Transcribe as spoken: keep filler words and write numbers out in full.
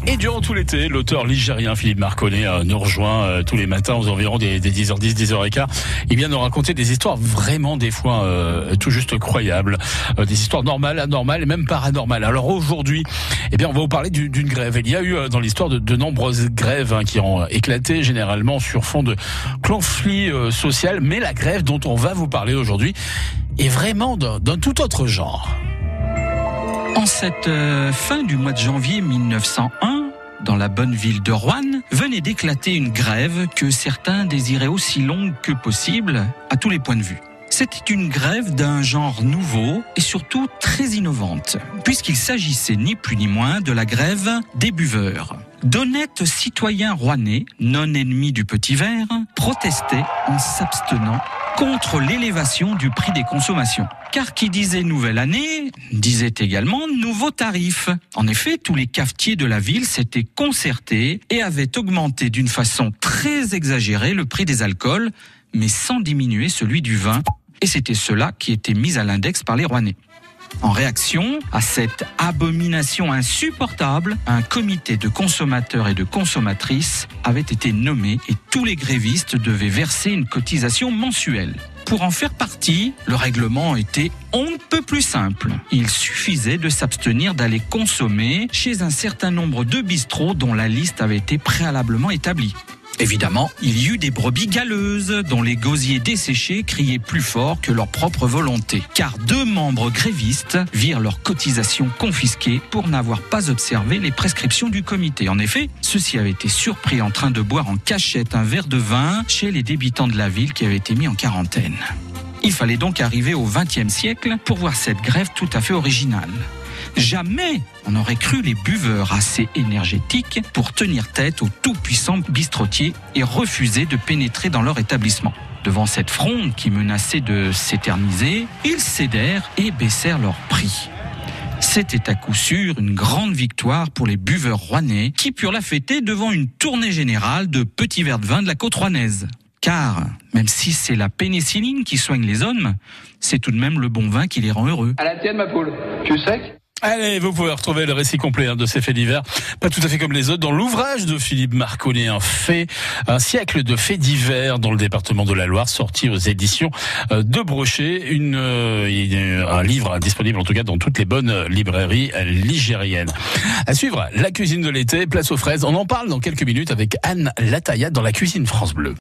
Et durant tout l'été, l'auteur ligérien Philippe Marconnet euh, nous rejoint euh, tous les matins aux environs des, des dix heures dix, dix heures quinze. Il vient nous raconter des histoires vraiment des fois euh, tout juste croyables, euh, des histoires normales, anormales et même paranormales. Alors aujourd'hui, eh bien, on va vous parler du, d'une grève. Il y a eu euh, dans l'histoire de, de nombreuses grèves hein, qui ont éclaté généralement sur fond de conflit euh, social, mais la grève dont on va vous parler aujourd'hui est vraiment d'un, d'un tout autre genre. En cette euh, fin du mois de janvier mille neuf cent un, dans la bonne ville de Roanne, venait d'éclater une grève que certains désiraient aussi longue que possible, à tous les points de vue. C'était une grève d'un genre nouveau et surtout très innovante, puisqu'il s'agissait ni plus ni moins de la grève des buveurs. D'honnêtes citoyens rouennais, non ennemis du petit verre, protestaient en s'abstenant contre l'élévation du prix des consommations. Car qui disait nouvelle année, disait également nouveaux tarifs. En effet, tous les cafetiers de la ville s'étaient concertés et avaient augmenté d'une façon très exagérée le prix des alcools, mais sans diminuer celui du vin. Et c'était cela qui était mis à l'index par les Rouennais. En réaction à cette abomination insupportable, un comité de consommateurs et de consommatrices avait été nommé et tous les grévistes devaient verser une cotisation mensuelle. Pour en faire partie, le règlement était on ne peut plus simple. Il suffisait de s'abstenir d'aller consommer chez un certain nombre de bistrots dont la liste avait été préalablement établie. Évidemment, il y eut des brebis galeuses dont les gosiers desséchés criaient plus fort que leur propre volonté. Car deux membres grévistes virent leur cotisation confisquée pour n'avoir pas observé les prescriptions du comité. En effet, ceux-ci avaient été surpris en train de boire en cachette un verre de vin chez les débitants de la ville qui avaient été mis en quarantaine. Il fallait donc arriver au vingtième siècle pour voir cette grève tout à fait originale. Jamais on n'aurait cru les buveurs assez énergétiques pour tenir tête aux tout-puissants bistrotiers et refuser de pénétrer dans leur établissement. Devant cette fronde qui menaçait de s'éterniser, ils cédèrent et baissèrent leur prix. C'était à coup sûr une grande victoire pour les buveurs rouennais qui purent la fêter devant une tournée générale de petits verres de vin de la côte rouennaise. Car, même si c'est la pénicilline qui soigne les hommes, c'est tout de même le bon vin qui les rend heureux. À la tienne, ma poule. Tu sais ? Allez, vous pouvez retrouver le récit complet hein, de ces faits divers, pas tout à fait comme les autres, dans l'ouvrage de Philippe Marconnet, un fait, un siècle de faits divers dans le département de la Loire, sorti aux éditions de Brochet, une, euh, un livre disponible en tout cas dans toutes les bonnes librairies ligériennes. À suivre, la cuisine de l'été, place aux fraises. On en parle dans quelques minutes avec Anne Lataillade dans la cuisine France Bleu.